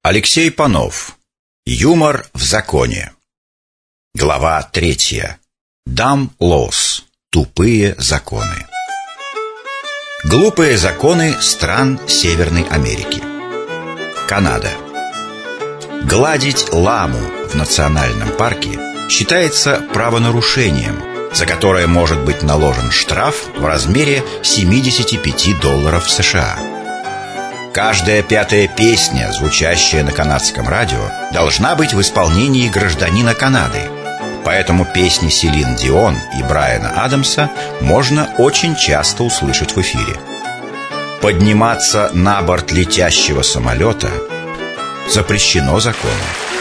Алексей Панов. Юмор в законе. Глава 3. Dumb laws. Тупые законы. Глупые законы стран Северной Америки. Канада. Гладить ламу в национальном парке считается правонарушением, за которое может быть наложен штраф в размере $75 США. Каждая пятая песня, звучащая на канадском радио, должна быть в исполнении гражданина Канады. Поэтому песни Селин Дион и Брайана Адамса можно очень часто услышать в эфире. Подниматься на борт летящего самолета запрещено законом.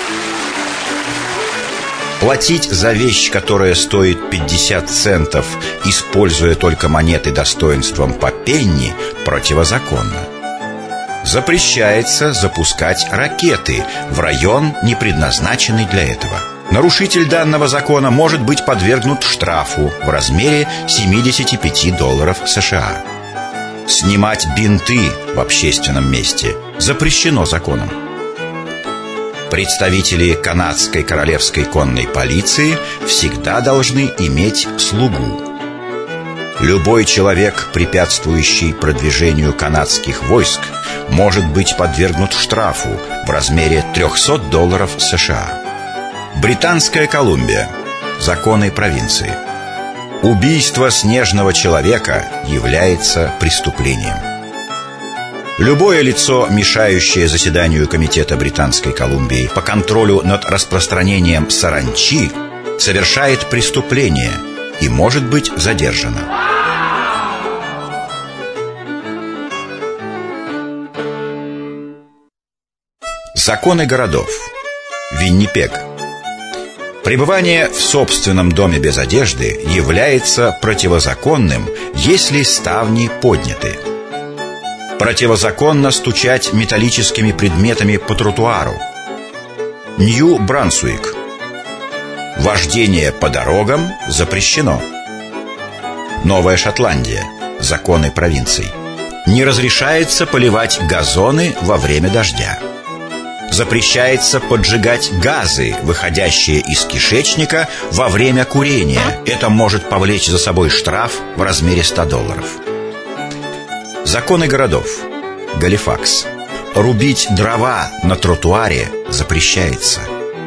Платить за вещь, которая стоит 50 центов, используя только монеты достоинством по пенни, противозаконно. Запрещается запускать ракеты в район, не предназначенный для этого. Нарушитель данного закона может быть подвергнут штрафу в размере $75 США. Снимать бинты в общественном месте запрещено законом. Представители канадской королевской конной полиции всегда должны иметь слугу. Любой человек, препятствующий продвижению канадских войск, может быть подвергнут штрафу в размере $300 США. Британская Колумбия. Законы провинции. Убийство снежного человека является преступлением. Любое лицо, мешающее заседанию Комитета Британской Колумбии по контролю над распространением саранчи, совершает преступление и может быть задержано. Законы городов. Виннипег. Пребывание в собственном доме без одежды является противозаконным, если ставни подняты. Противозаконно стучать металлическими предметами по тротуару. Нью-Брансуик. Вождение по дорогам запрещено. Новая Шотландия. Законы провинций. Не разрешается поливать газоны во время дождя. Запрещается поджигать газы, выходящие из кишечника во время курения. Это может повлечь за собой штраф в размере $100. Законы городов. Галифакс. Рубить дрова на тротуаре запрещается.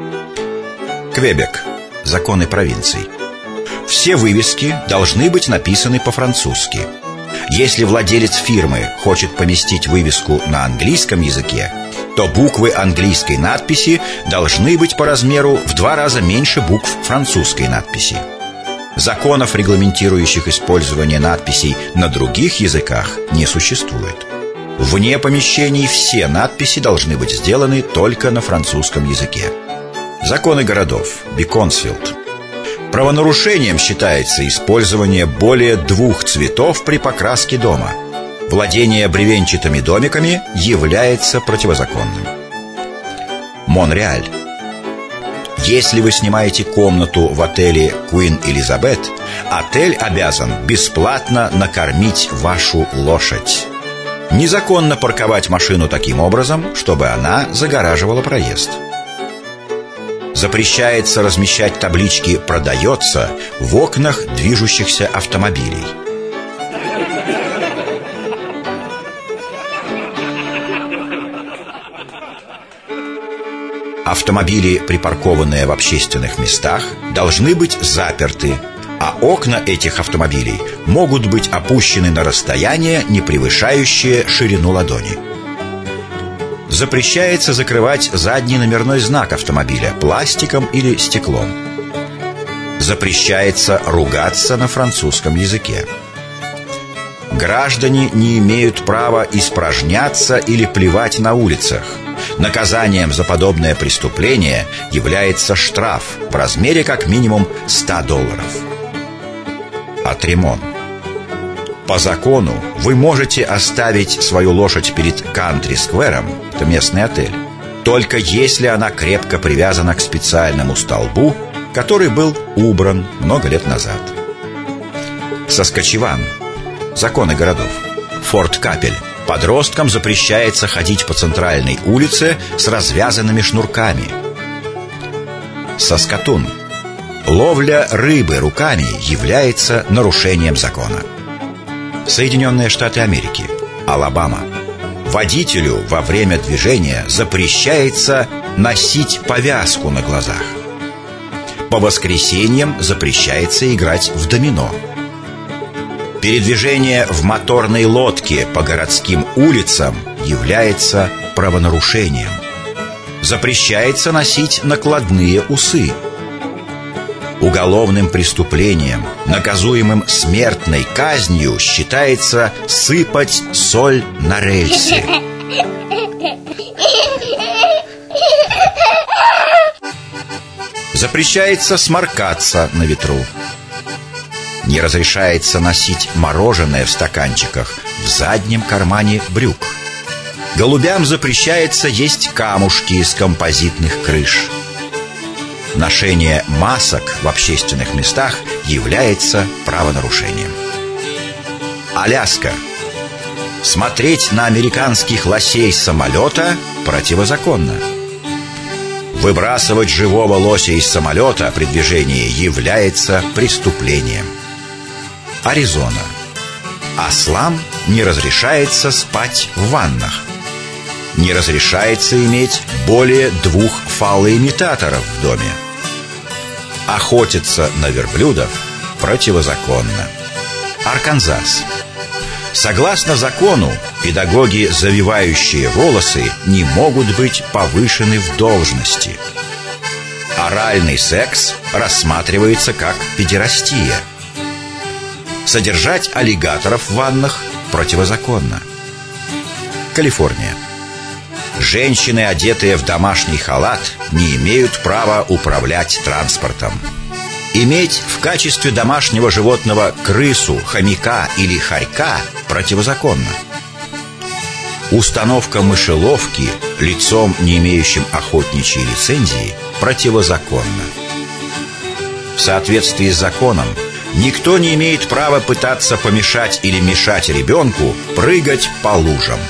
Квебек. Законы провинций. Все вывески должны быть написаны по-французски. Если владелец фирмы хочет поместить вывеску на английском языке, то буквы английской надписи должны быть по размеру в 2 раза меньше букв французской надписи. Законов, регламентирующих использование надписей на других языках, не существует. Вне помещений все надписи должны быть сделаны только на французском языке. Законы городов. Биконсфилд. Правонарушением считается использование более 2 цветов при покраске дома. Владение бревенчатыми домиками является противозаконным. Монреаль. Если вы снимаете комнату в отеле Queen Elizabeth, отель обязан бесплатно накормить вашу лошадь. Незаконно парковать машину таким образом, чтобы она загораживала проезд. Запрещается размещать таблички «Продается» в окнах движущихся автомобилей. Автомобили, припаркованные в общественных местах, должны быть заперты, а окна этих автомобилей могут быть опущены на расстояние, не превышающее ширину ладони. Запрещается закрывать задний номерной знак автомобиля пластиком или стеклом. Запрещается ругаться на французском языке. Граждане не имеют права испражняться или плевать на улицах. Наказанием за подобное преступление является штраф в размере как минимум $100. Атримон. По закону вы можете оставить свою лошадь перед Кантри-сквером, это местный отель, только если она крепко привязана к специальному столбу, который был убран много лет назад. Саскачеван. Законы городов. Форт Капель. Подросткам запрещается ходить по центральной улице с развязанными шнурками. Саскатун. Ловля рыбы руками является нарушением закона. Соединенные Штаты Америки. Алабама. Водителю во время движения запрещается носить повязку на глазах. По воскресеньям запрещается играть в домино. Передвижение в моторной лодке по городским улицам является правонарушением. Запрещается носить накладные усы. Уголовным преступлением, наказуемым смертной казнью, считается сыпать соль на рельсы. Запрещается сморкаться на ветру. Не разрешается носить мороженое в стаканчиках в заднем кармане брюк. Голубям запрещается есть камушки с композитных крыш. Ношение масок в общественных местах является правонарушением. Аляска. Смотреть на американских лосей с самолета противозаконно. Выбрасывать живого лося из самолета при движении является преступлением. Аризона. Ослам не разрешается спать в ваннах. Не разрешается иметь более 2 фалоимитаторов в доме. Охотиться на верблюдов противозаконно. Арканзас. Согласно закону, педагоги, завивающие волосы, не могут быть повышены в должности. Оральный секс рассматривается как педерастия. Содержать аллигаторов в ваннах противозаконно. Калифорния. Женщины, одетые в домашний халат, не имеют права управлять транспортом. Иметь в качестве домашнего животного крысу, хомяка или хорька противозаконно. Установка мышеловки лицом, не имеющим охотничьей лицензии, противозаконно. В соответствии с законом, никто не имеет права пытаться помешать или мешать ребенку прыгать по лужам.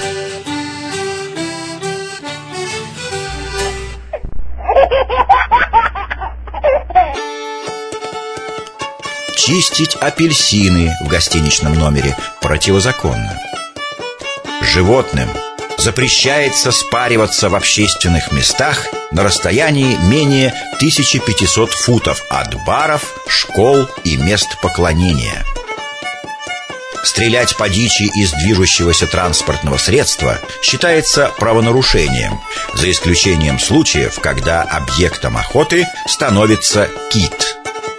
Чистить апельсины в гостиничном номере противозаконно. Животным запрещается спариваться в общественных местах на расстоянии менее 1500 футов от баров, школ и мест поклонения. Стрелять по дичи из движущегося транспортного средства считается правонарушением, за исключением случаев, когда объектом охоты становится кит.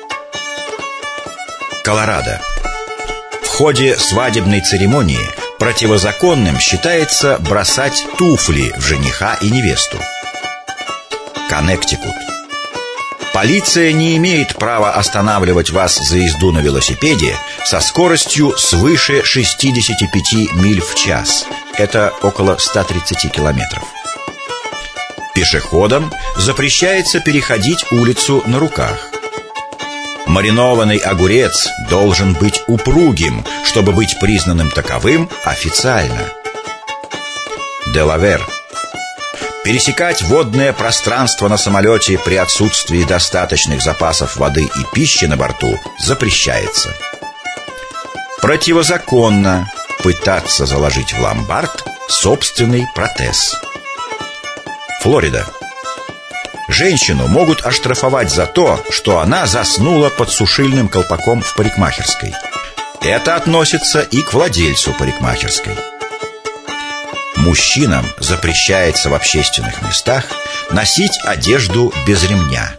Колорадо. В ходе свадебной церемонии противозаконным считается бросать туфли в жениха и невесту. Коннектикут. Полиция не имеет права останавливать вас за езду на велосипеде со скоростью свыше 65 миль в час. Это около 130 километров. Пешеходам запрещается переходить улицу на руках. Маринованный огурец должен быть упругим, чтобы быть признанным таковым официально. Делавэр. Пересекать водное пространство на самолете при отсутствии достаточных запасов воды и пищи на борту запрещается. Противозаконно пытаться заложить в ломбард собственный протез. Флорида. Женщину могут оштрафовать за то, что она заснула под сушильным колпаком в парикмахерской. Это относится и к владельцу парикмахерской. Мужчинам запрещается в общественных местах носить одежду без ремня.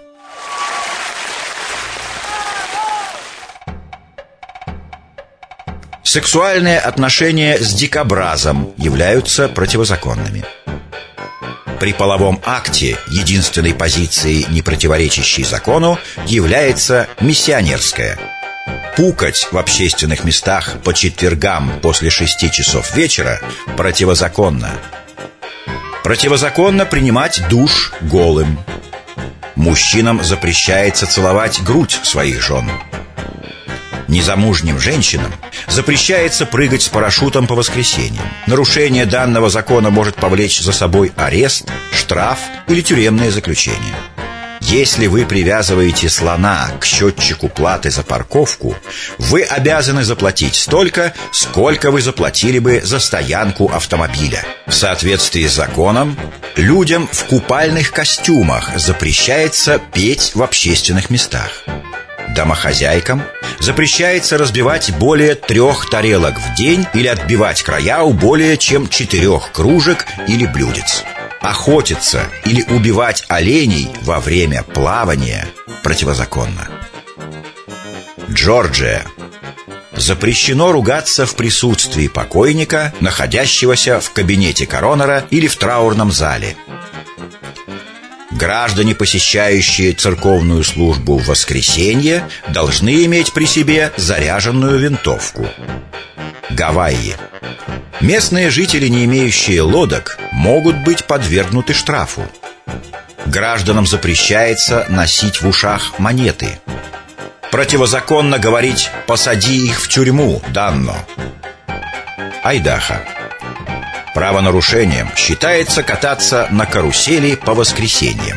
Сексуальные отношения с дикобразом являются противозаконными. При половом акте единственной позицией, не противоречащей закону, является миссионерская. Пукать в общественных местах по четвергам после 6 часов вечера противозаконно. Противозаконно принимать душ голым. Мужчинам запрещается целовать грудь своих жен. Незамужним женщинам запрещается прыгать с парашютом по воскресеньям. Нарушение данного закона может повлечь за собой арест, штраф или тюремное заключение. Если вы привязываете слона к счетчику платы за парковку, вы обязаны заплатить столько, сколько вы заплатили бы за стоянку автомобиля. В соответствии с законом, людям в купальных костюмах запрещается петь в общественных местах. Домохозяйкам запрещается разбивать более 3 тарелок в день или отбивать края у более чем 4 кружек или блюдец. Охотиться или убивать оленей во время плавания противозаконно. Джорджия. Запрещено ругаться в присутствии покойника, находящегося в кабинете коронера или в траурном зале. Граждане, посещающие церковную службу в воскресенье, должны иметь при себе заряженную винтовку. Гавайи. Местные жители, не имеющие лодок, могут быть подвергнуты штрафу. Гражданам запрещается носить в ушах монеты. Противозаконно говорить «посади их в тюрьму, Данно». Айдахо. Правонарушением считается кататься на карусели по воскресеньям.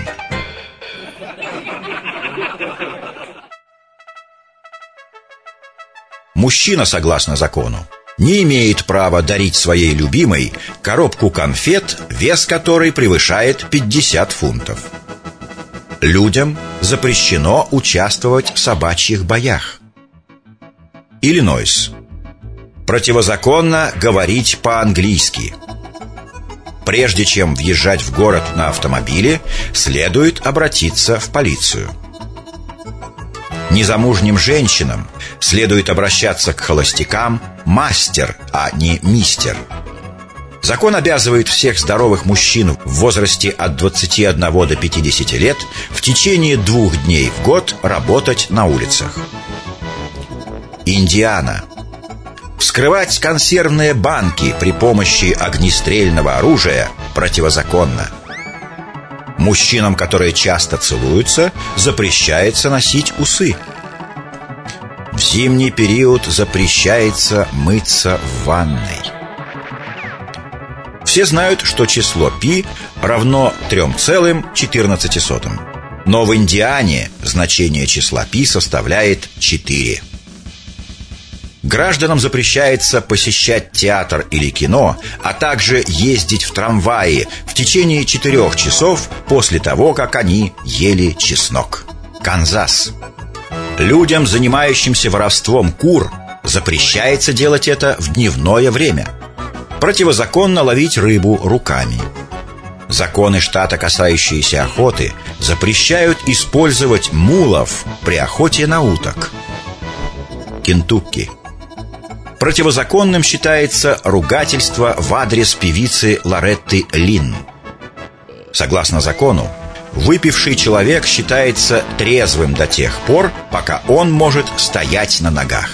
Мужчина, согласно закону, не имеет права дарить своей любимой коробку конфет, вес которой превышает 50 фунтов. Людям запрещено участвовать в собачьих боях. Иллинойс. Противозаконно говорить по-английски. Прежде чем въезжать в город на автомобиле, следует обратиться в полицию. Незамужним женщинам следует обращаться к холостякам «мастер», а не «мистер». Закон обязывает всех здоровых мужчин в возрасте от 21 до 50 лет в течение 2 дней в год работать на улицах. Индиана. Вскрывать консервные банки при помощи огнестрельного оружия противозаконно. Мужчинам, которые часто целуются, запрещается носить усы. В зимний период запрещается мыться в ванной. Все знают, что число π равно 3,14. Но в Индиане значение числа π составляет 4. Гражданам запрещается посещать театр или кино, а также ездить в трамвае в течение 4 часов после того, как они ели чеснок. Канзас. Людям, занимающимся воровством кур, запрещается делать это в дневное время. Противозаконно ловить рыбу руками. Законы штата, касающиеся охоты, запрещают использовать мулов при охоте на уток. Кентукки. Противозаконным считается ругательство в адрес певицы Лоретты Линн. Согласно закону, выпивший человек считается трезвым до тех пор, пока он может стоять на ногах.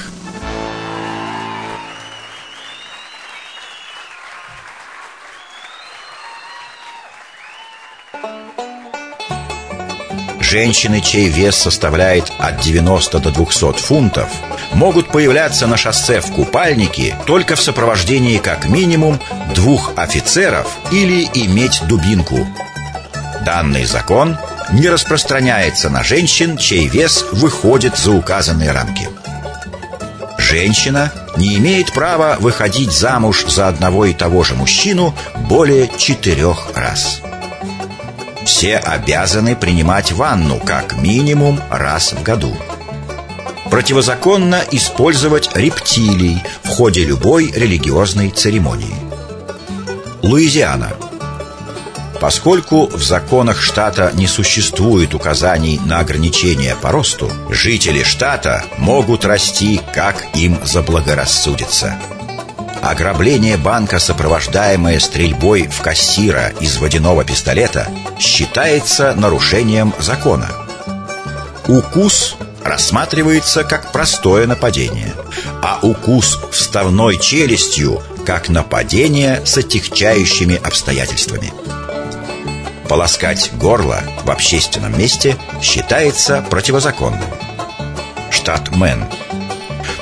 Женщины, чей вес составляет от 90 до 200 фунтов, могут появляться на шоссе в купальнике только в сопровождении как минимум 2 офицеров или иметь дубинку. Данный закон не распространяется на женщин, чей вес выходит за указанные рамки. Женщина не имеет права выходить замуж за одного и того же мужчину более 4 раз. Все обязаны принимать ванну как минимум раз в году. Противозаконно использовать рептилий в ходе любой религиозной церемонии. Луизиана. Поскольку в законах штата не существует указаний на ограничения по росту, жители штата могут расти, как им заблагорассудится. Ограбление банка, сопровождаемое стрельбой в кассира из водяного пистолета, считается нарушением закона. Укус рассматривается как простое нападение, а укус вставной челюстью как нападение с отягчающими обстоятельствами. Полоскать горло в общественном месте считается противозаконным. Штат Мэн.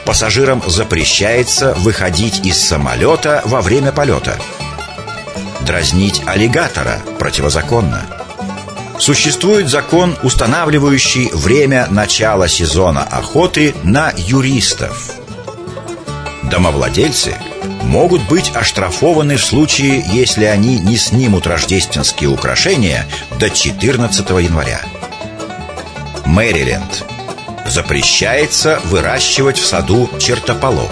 Пассажирам запрещается выходить из самолета во время полета. Дразнить аллигатора противозаконно. Существует закон, устанавливающий время начала сезона охоты на юристов. Домовладельцы могут быть оштрафованы в случае, если они не снимут рождественские украшения до 14 января. Мэриленд. Запрещается выращивать в саду чертополох.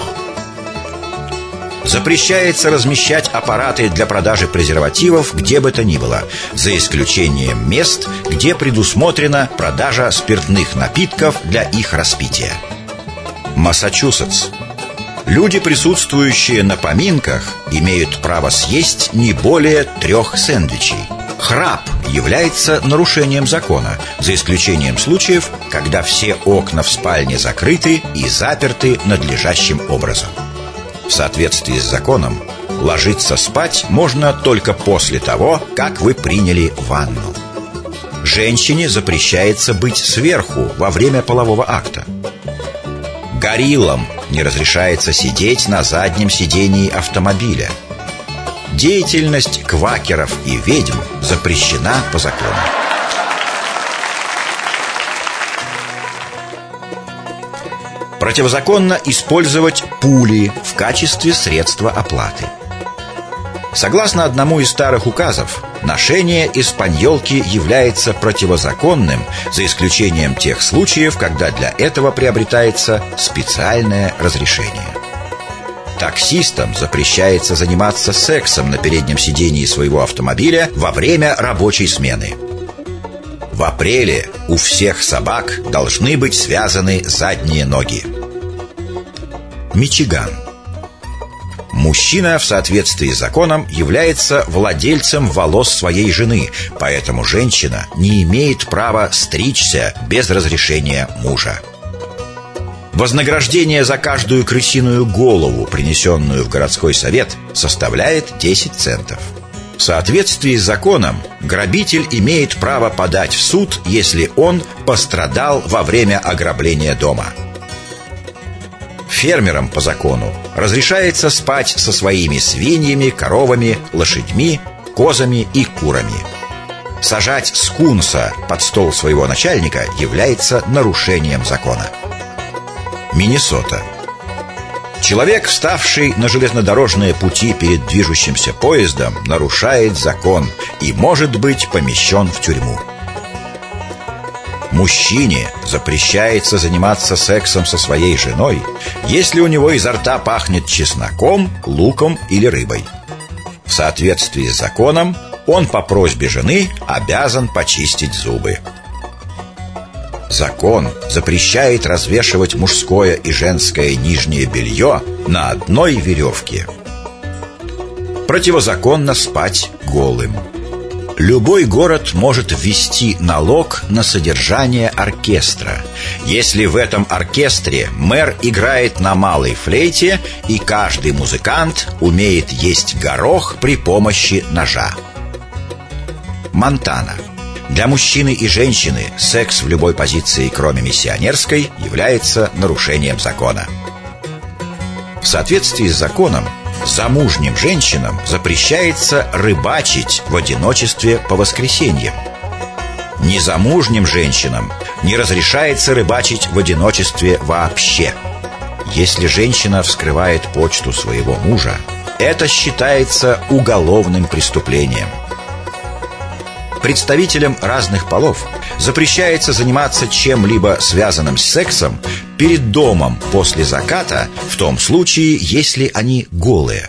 Запрещается размещать аппараты для продажи презервативов где бы то ни было, за исключением мест, где предусмотрена продажа спиртных напитков для их распития. Массачусетс. Люди, присутствующие на поминках, имеют право съесть не более 3 сэндвичей. Храп является нарушением закона, за исключением случаев, когда все окна в спальне закрыты и заперты надлежащим образом. В соответствии с законом, ложиться спать можно только после того, как вы приняли ванну. Женщине запрещается быть сверху во время полового акта. Гориллам не разрешается сидеть на заднем сидении автомобиля. Деятельность квакеров и ведьм запрещена по закону. Противозаконно использовать пули в качестве средства оплаты. Согласно одному из старых указов, ношение эспаньолки является противозаконным, за исключением тех случаев, когда для этого приобретается специальное разрешение. Таксистам запрещается заниматься сексом на переднем сидении своего автомобиля во время рабочей смены. В апреле у всех собак должны быть связаны задние ноги. Мичиган. Мужчина в соответствии с законом является владельцем волос своей жены, поэтому женщина не имеет права стричься без разрешения мужа. Вознаграждение за каждую крысиную голову, принесенную в городской совет, составляет 10 центов. В соответствии с законом, грабитель имеет право подать в суд, если он пострадал во время ограбления дома. Фермерам по закону разрешается спать со своими свиньями, коровами, лошадьми, козами и курами. Сажать скунса под стол своего начальника является нарушением закона. Миннесота. Человек, вставший на железнодорожные пути перед движущимся поездом, нарушает закон и может быть помещен в тюрьму. Мужчине запрещается заниматься сексом со своей женой, если у него изо рта пахнет чесноком, луком или рыбой. В соответствии с законом, он по просьбе жены обязан почистить зубы. Закон запрещает развешивать мужское и женское нижнее белье на одной веревке. Противозаконно спать голым. Любой город может ввести налог на содержание оркестра, если в этом оркестре мэр играет на малой флейте и каждый музыкант умеет есть горох при помощи ножа. Монтана. Для мужчины и женщины секс в любой позиции, кроме миссионерской, является нарушением закона. В соответствии с законом, замужним женщинам запрещается рыбачить в одиночестве по воскресеньям. Незамужним женщинам не разрешается рыбачить в одиночестве вообще. Если женщина вскрывает почту своего мужа, это считается уголовным преступлением. Представителям разных полов запрещается заниматься чем-либо связанным с сексом перед домом после заката, в том случае, если они голые.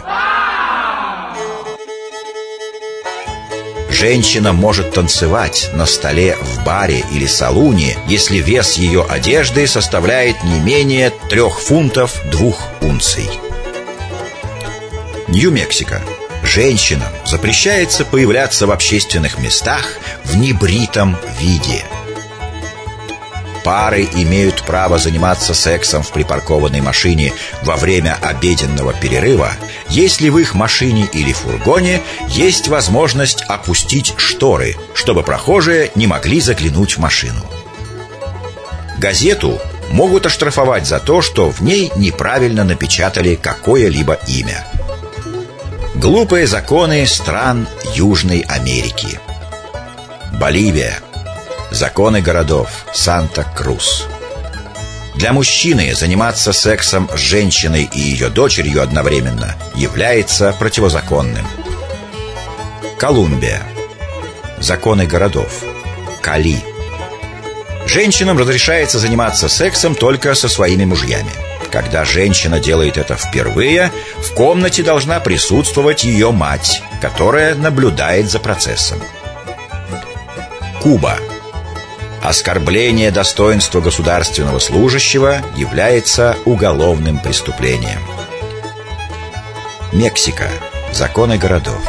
Женщина может танцевать на столе в баре или салуне, если вес ее одежды составляет не менее 3 фунтов 2 унций. Нью-Мексико. Женщинам запрещается появляться в общественных местах в небритом виде. Пары имеют право заниматься сексом в припаркованной машине во время обеденного перерыва, если в их машине или фургоне есть возможность опустить шторы, чтобы прохожие не могли заглянуть в машину. Газету могут оштрафовать за то, что в ней неправильно напечатали какое-либо имя. Глупые законы стран Южной Америки. Боливия. Законы городов. Санта-Крус. Для мужчины заниматься сексом с женщиной и ее дочерью одновременно является противозаконным. Колумбия. Законы городов. Кали. Женщинам разрешается заниматься сексом только со своими мужьями. Когда женщина делает это впервые, в комнате должна присутствовать ее мать, которая наблюдает за процессом. Куба. Оскорбление достоинства государственного служащего является уголовным преступлением. Мексика. Законы городов.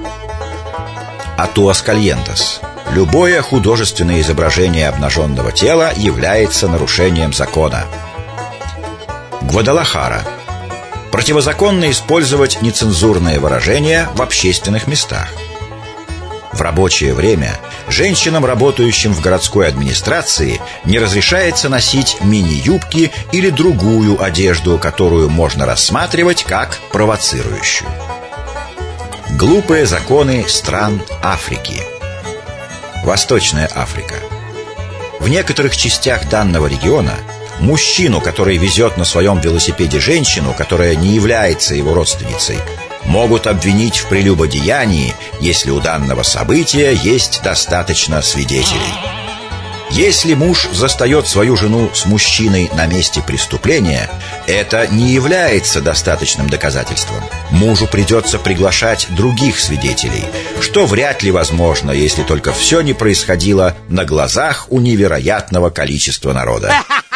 Атуаскальентес. Любое художественное изображение обнаженного тела является нарушением закона. Гвадалахара. Противозаконно использовать нецензурные выражения в общественных местах. В рабочее время женщинам, работающим в городской администрации, не разрешается носить мини-юбки или другую одежду, которую можно рассматривать как провоцирующую. Глупые законы стран Африки. Восточная Африка. В некоторых частях данного региона мужчину, который везет на своем велосипеде женщину, которая не является его родственницей, могут обвинить в прелюбодеянии, если у данного события есть достаточно свидетелей. Если муж застает свою жену с мужчиной на месте преступления, это не является достаточным доказательством. Мужу придется приглашать других свидетелей, что вряд ли возможно, если только все не происходило на глазах у невероятного количества народа.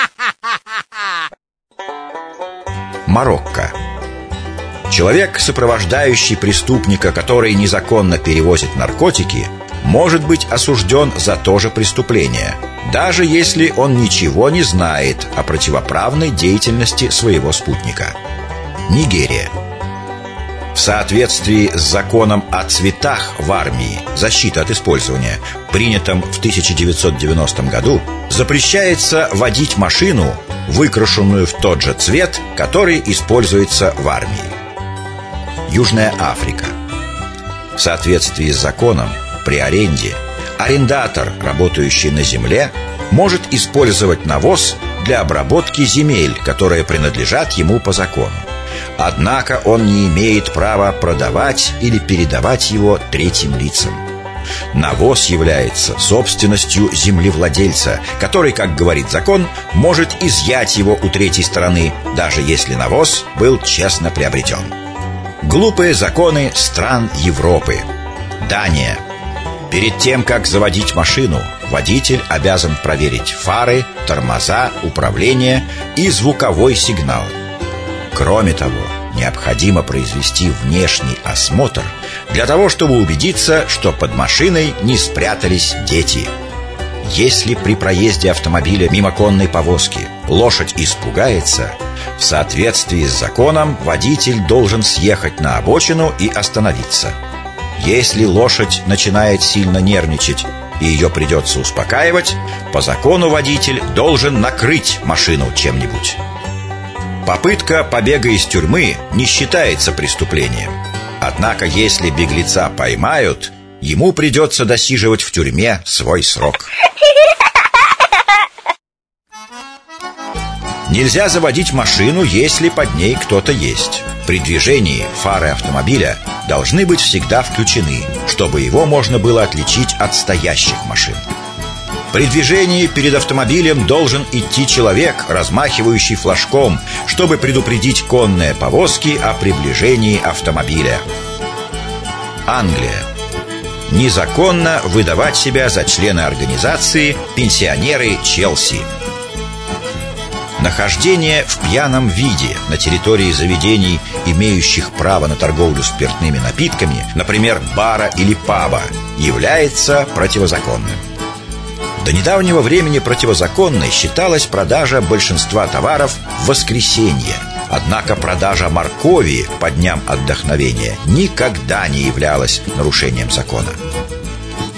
Марокко. Человек, сопровождающий преступника, который незаконно перевозит наркотики, может быть осужден за то же преступление, даже если он ничего не знает о противоправной деятельности своего спутника. Нигерия. В соответствии с законом о цветах в армии, защита от использования, принятым в 1990 году, запрещается водить машину, выкрашенную в тот же цвет, который используется в армии. Южная Африка. В соответствии с законом, при аренде арендатор, работающий на земле, может использовать навоз для обработки земель, которые принадлежат ему по закону. Однако он не имеет права продавать или передавать его третьим лицам. Навоз является собственностью землевладельца, который, как говорит закон, может изъять его у третьей стороны, даже если навоз был честно приобретен. Глупые законы стран Европы. Дания. Перед тем, как заводить машину, водитель обязан проверить фары, тормоза, управление и звуковой сигнал. Кроме того, необходимо произвести внешний осмотр для того, чтобы убедиться, что под машиной не спрятались дети. Если при проезде автомобиля мимо конной повозки лошадь испугается, в соответствии с законом водитель должен съехать на обочину и остановиться. Если лошадь начинает сильно нервничать и ее придется успокаивать, по закону водитель должен накрыть машину чем-нибудь. Попытка побега из тюрьмы не считается преступлением. Однако, если беглеца поймают, ему придется досиживать в тюрьме свой срок. Нельзя заводить машину, если под ней кто-то есть. При движении фары автомобиля должны быть всегда включены, чтобы его можно было отличить от стоящих машин. При движении перед автомобилем должен идти человек, размахивающий флажком, чтобы предупредить конные повозки о приближении автомобиля. Англия. Незаконно выдавать себя за члена организации «Пенсионеры Челси». Нахождение в пьяном виде на территории заведений, имеющих право на торговлю спиртными напитками, например, бара или паба, является противозаконным. До недавнего времени противозаконной считалась продажа большинства товаров в воскресенье. Однако продажа моркови по дням отдохновения никогда не являлась нарушением закона.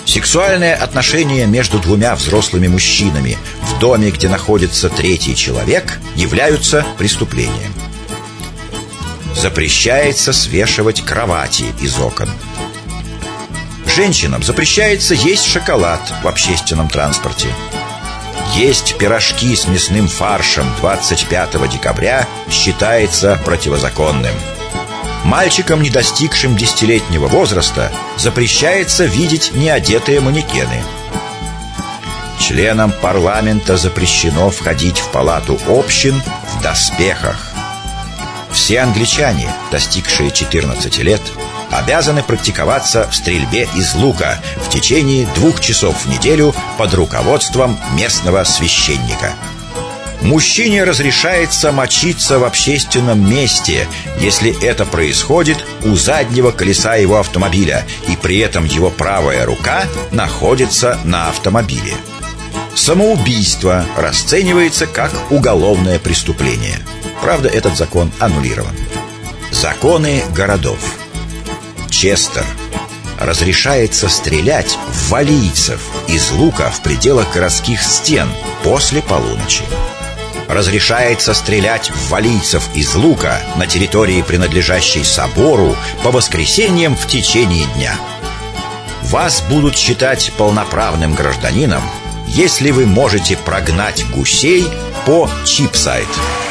Сексуальные отношения между двумя взрослыми мужчинами в доме, где находится третий человек, являются преступлением. Запрещается свешивать кровати из окон. Женщинам запрещается есть шоколад в общественном транспорте. Есть пирожки с мясным фаршем 25 декабря считается противозаконным. Мальчикам, не достигшим 10-летнего возраста, запрещается видеть неодетые манекены. Членам парламента запрещено входить в палату общин в доспехах. Все англичане, достигшие 14 лет, обязаны практиковаться в стрельбе из лука в течение 2 часов в неделю под руководством местного священника. Мужчине разрешается мочиться в общественном месте, если это происходит у заднего колеса его автомобиля, и при этом его правая рука находится на автомобиле. Самоубийство расценивается как уголовное преступление. Правда, этот закон аннулирован. Законы городов. Честер. Разрешается стрелять в валлийцев из лука в пределах городских стен после полуночи. Разрешается стрелять в валлийцев из лука на территории, принадлежащей собору, по воскресеньям в течение дня. Вас будут считать полноправным гражданином, если вы можете прогнать гусей по Чипсайд.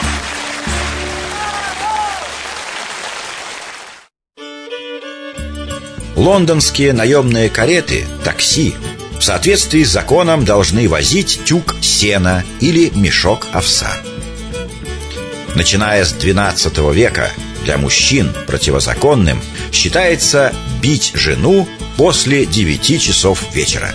Лондонские наемные кареты, такси, в соответствии с законом должны возить тюк сена или мешок овса. Начиная с XII века для мужчин противозаконным считается бить жену после 9 часов вечера.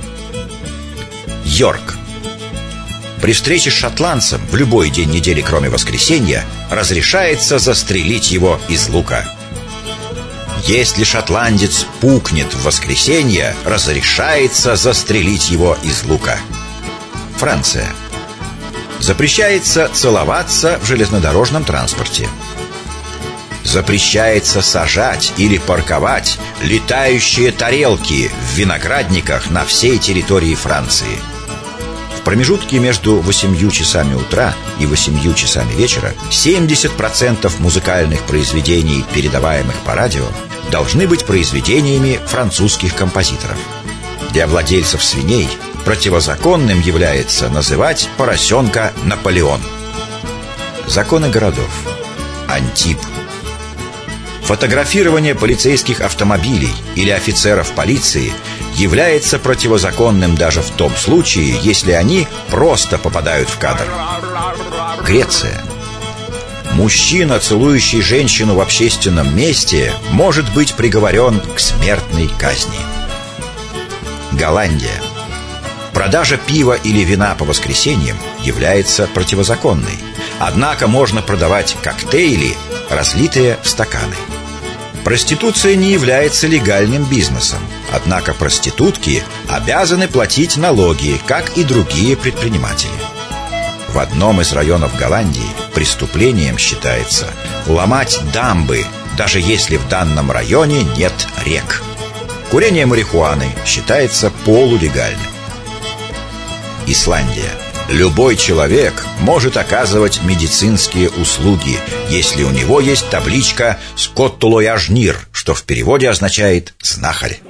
Йорк. При встрече с шотландцем в любой день недели, кроме воскресенья, разрешается застрелить его из лука. Если шотландец пукнет в воскресенье, разрешается застрелить его из лука. Франция. Запрещается целоваться в железнодорожном транспорте. Запрещается сажать или парковать летающие тарелки в виноградниках на всей территории Франции. В промежутке между 8 часами утра и 8 часами вечера 70% музыкальных произведений, передаваемых по радио, должны быть произведениями французских композиторов. Для владельцев свиней противозаконным является называть поросенка Наполеон. Законы городов. Антиб. Фотографирование полицейских автомобилей или офицеров полиции является противозаконным даже в том случае, если они просто попадают в кадр. Греция. Мужчина, целующий женщину в общественном месте, может быть приговорен к смертной казни. Голландия. Продажа пива или вина по воскресеньям является противозаконной. Однако можно продавать коктейли, разлитые в стаканы. Проституция не является легальным бизнесом. Однако проститутки обязаны платить налоги, как и другие предприниматели. В одном из районов Голландии преступлением считается ломать дамбы, даже если в данном районе нет рек. Курение марихуаны считается полулегальным. Исландия. Любой человек может оказывать медицинские услуги, если у него есть табличка «Скоттулояжнир», что в переводе означает «знахарь».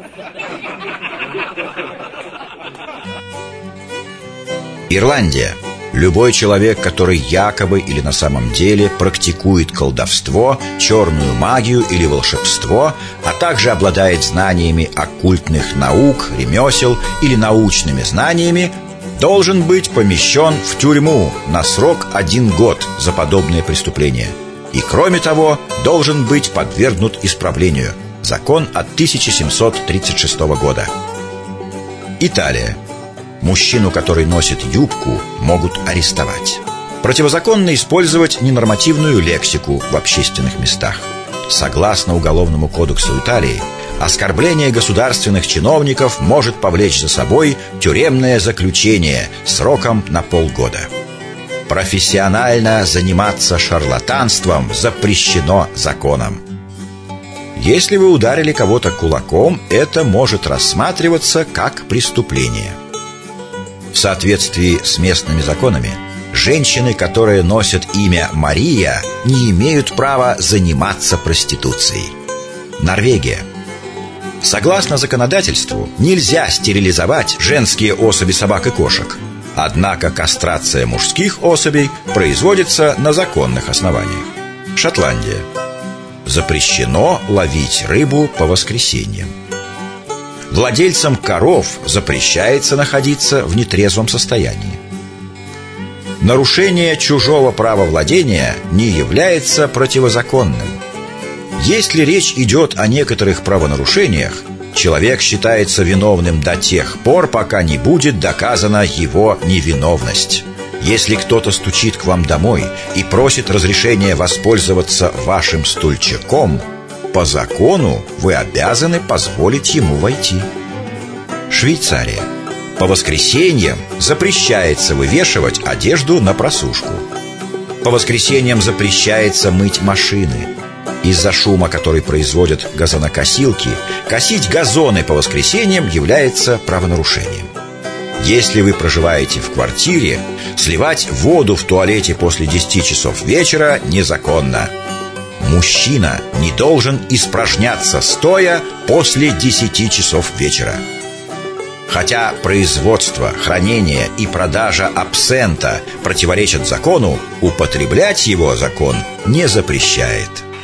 Ирландия. Любой человек, который якобы или на самом деле практикует колдовство, черную магию или волшебство, а также обладает знаниями оккультных наук, ремесел или научными знаниями, должен быть помещен в тюрьму на срок 1 год за подобные преступления. И, кроме того, должен быть подвергнут исправлению. Закон от 1736 года. Италия. Мужчину, который носит юбку, могут арестовать. Противозаконно использовать ненормативную лексику в общественных местах. Согласно Уголовному кодексу Италии, оскорбление государственных чиновников может повлечь за собой тюремное заключение сроком на полгода. Профессионально заниматься шарлатанством запрещено законом. Если вы ударили кого-то кулаком, это может рассматриваться как преступление. В соответствии с местными законами, женщины, которые носят имя Мария, не имеют права заниматься проституцией. Норвегия. Согласно законодательству, нельзя стерилизовать женские особи собак и кошек. Однако кастрация мужских особей производится на законных основаниях. Шотландия. Запрещено ловить рыбу по воскресеньям. Владельцам коров запрещается находиться в нетрезвом состоянии. Нарушение чужого права владения не является противозаконным. Если речь идет о некоторых правонарушениях, человек считается виновным до тех пор, пока не будет доказана его невиновность. Если кто-то стучит к вам домой и просит разрешения воспользоваться вашим стульчиком, по закону вы обязаны позволить ему войти. Швейцария. По воскресеньям запрещается вывешивать одежду на просушку. По воскресеньям запрещается мыть машины. Из-за шума, который производят газонокосилки, косить газоны по воскресеньям является правонарушением. Если вы проживаете в квартире, сливать воду в туалете после 10 часов вечера незаконно. Мужчина не должен испражняться стоя после 10 часов вечера. Хотя производство, хранение и продажа абсента противоречат закону, употреблять его закон не запрещает.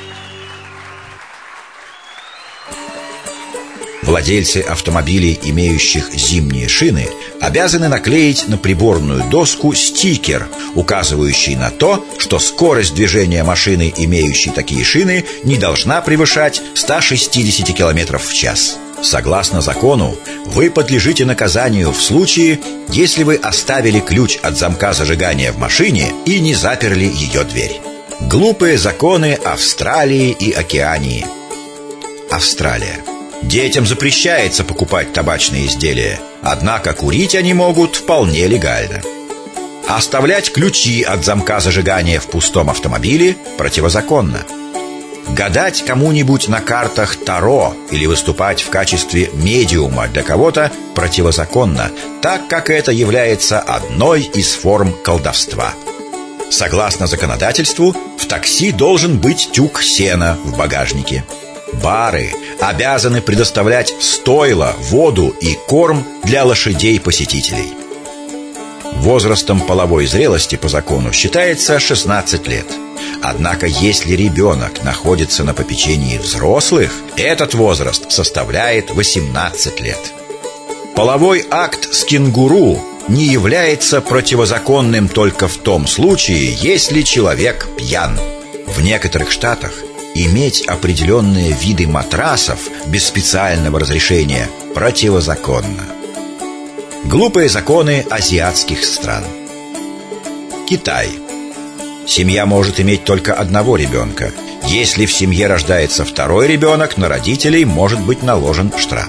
Владельцы автомобилей, имеющих зимние шины, обязаны наклеить на приборную доску стикер, указывающий на то, что скорость движения машины, имеющей такие шины, не должна превышать 160 км в час. Согласно закону, вы подлежите наказанию в случае, если вы оставили ключ от замка зажигания в машине и не заперли ее дверь. Глупые законы Австралии и Океании. Австралия. Детям запрещается покупать табачные изделия, однако курить они могут вполне легально. Оставлять ключи от замка зажигания в пустом автомобиле противозаконно. Гадать кому-нибудь на картах Таро или выступать в качестве медиума для кого-то противозаконно, так как это является одной из форм колдовства. Согласно законодательству, в такси должен быть тюк сена в багажнике. Бары обязаны предоставлять стойла, воду и корм для лошадей-посетителей. Возрастом половой зрелости по закону считается 16 лет. Однако, если ребенок находится на попечении взрослых, этот возраст составляет 18 лет. Половой акт с кенгуру не является противозаконным только в том случае, если человек пьян. В некоторых штатах иметь определенные виды матрасов без специального разрешения противозаконно. Глупые законы азиатских стран. Китай. Семья может иметь только одного ребенка. Если в семье рождается второй ребенок, на родителей может быть наложен штраф.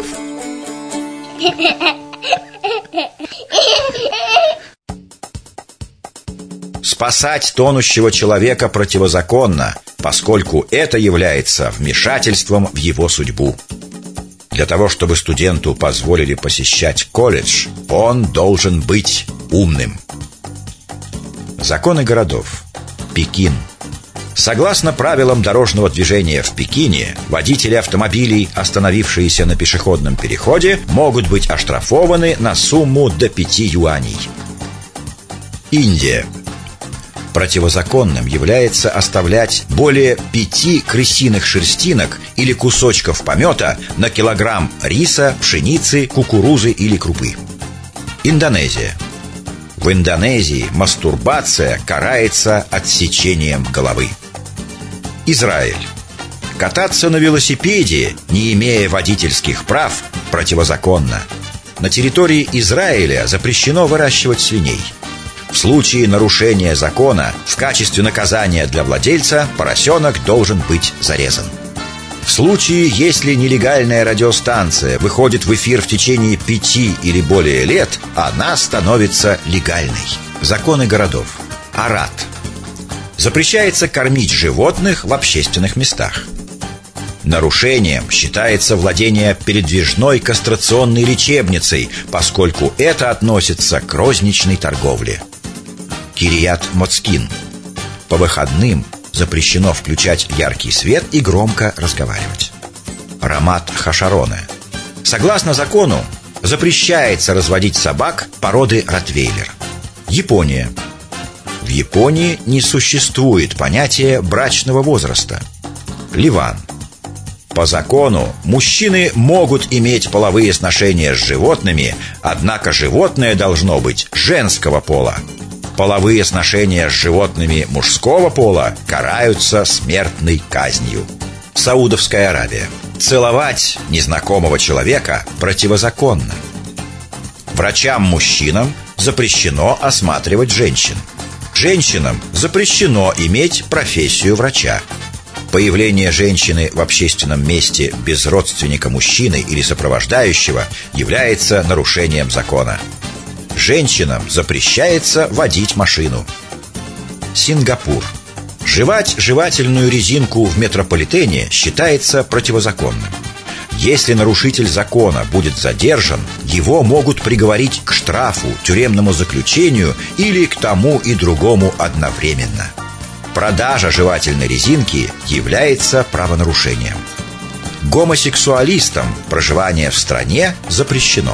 Спасать тонущего человека противозаконно, поскольку это является вмешательством в его судьбу. Для того, чтобы студенту позволили посещать колледж, он должен быть умным. Законы городов. Пекин. Согласно правилам дорожного движения в Пекине, водители автомобилей, остановившиеся на пешеходном переходе, могут быть оштрафованы на сумму до 5 юаней. Индия. Противозаконным является оставлять более 5 крысиных шерстинок или кусочков помета на килограмм риса, пшеницы, кукурузы или крупы. Индонезия. В Индонезии мастурбация карается отсечением головы. Израиль. Кататься на велосипеде, не имея водительских прав, противозаконно. На территории Израиля запрещено выращивать свиней. В случае нарушения закона в качестве наказания для владельца поросенок должен быть зарезан. В случае, если нелегальная радиостанция выходит в эфир в течение 5 или более лет, она становится легальной. Законы городов. Арат. Запрещается кормить животных в общественных местах. Нарушением считается владение передвижной кастрационной лечебницей, поскольку это относится к розничной торговле. Кирият Моцкин. По выходным запрещено включать яркий свет и громко разговаривать. Рамат Хашароне. Согласно закону, запрещается разводить собак породы ротвейлер. Япония. В Японии не существует понятия брачного возраста. Ливан. По закону мужчины могут иметь половые сношения с животными, однако животное должно быть женского пола. Половые сношения с животными мужского пола караются смертной казнью. Саудовская Аравия. Целовать незнакомого человека противозаконно. Врачам-мужчинам запрещено осматривать женщин. Женщинам запрещено иметь профессию врача. Появление женщины в общественном месте без родственника мужчины или сопровождающего является нарушением закона. Женщинам запрещается водить машину. Сингапур. Жевать жевательную резинку в метрополитене считается противозаконным. Если нарушитель закона будет задержан, его могут приговорить к штрафу, тюремному заключению или к тому и другому одновременно. Продажа жевательной резинки является правонарушением. Гомосексуалистам проживание в стране запрещено.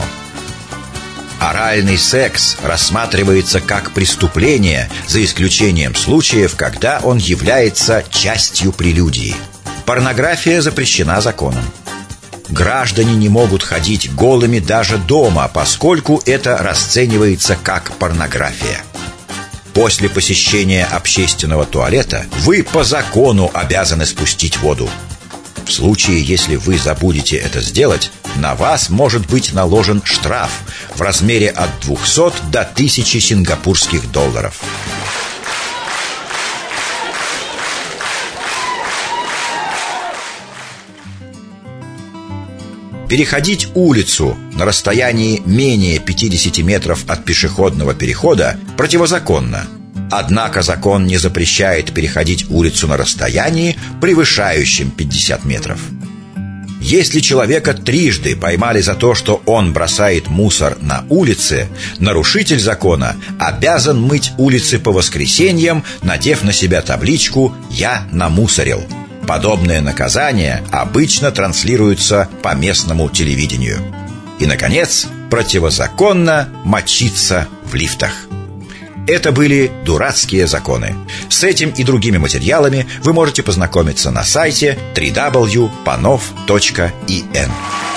Оральный секс рассматривается как преступление, за исключением случаев, когда он является частью прелюдии. Порнография запрещена законом. Граждане не могут ходить голыми даже дома, поскольку это расценивается как порнография. После посещения общественного туалета вы по закону обязаны спустить воду. В случае, если вы забудете это сделать, на вас может быть наложен штраф в размере от 200 до 1000 сингапурских долларов. Переходить улицу на расстоянии менее 50 метров от пешеходного перехода противозаконно. Однако закон не запрещает переходить улицу на расстоянии, превышающем 50 метров. Если человека трижды поймали за то, что он бросает мусор на улице, нарушитель закона обязан мыть улицы по воскресеньям, надев на себя табличку «Я намусорил». Подобное наказание обычно транслируется по местному телевидению. И, наконец, противозаконно мочиться в лифтах. Это были дурацкие законы. С этим и другими материалами вы можете познакомиться на сайте www.panov.in.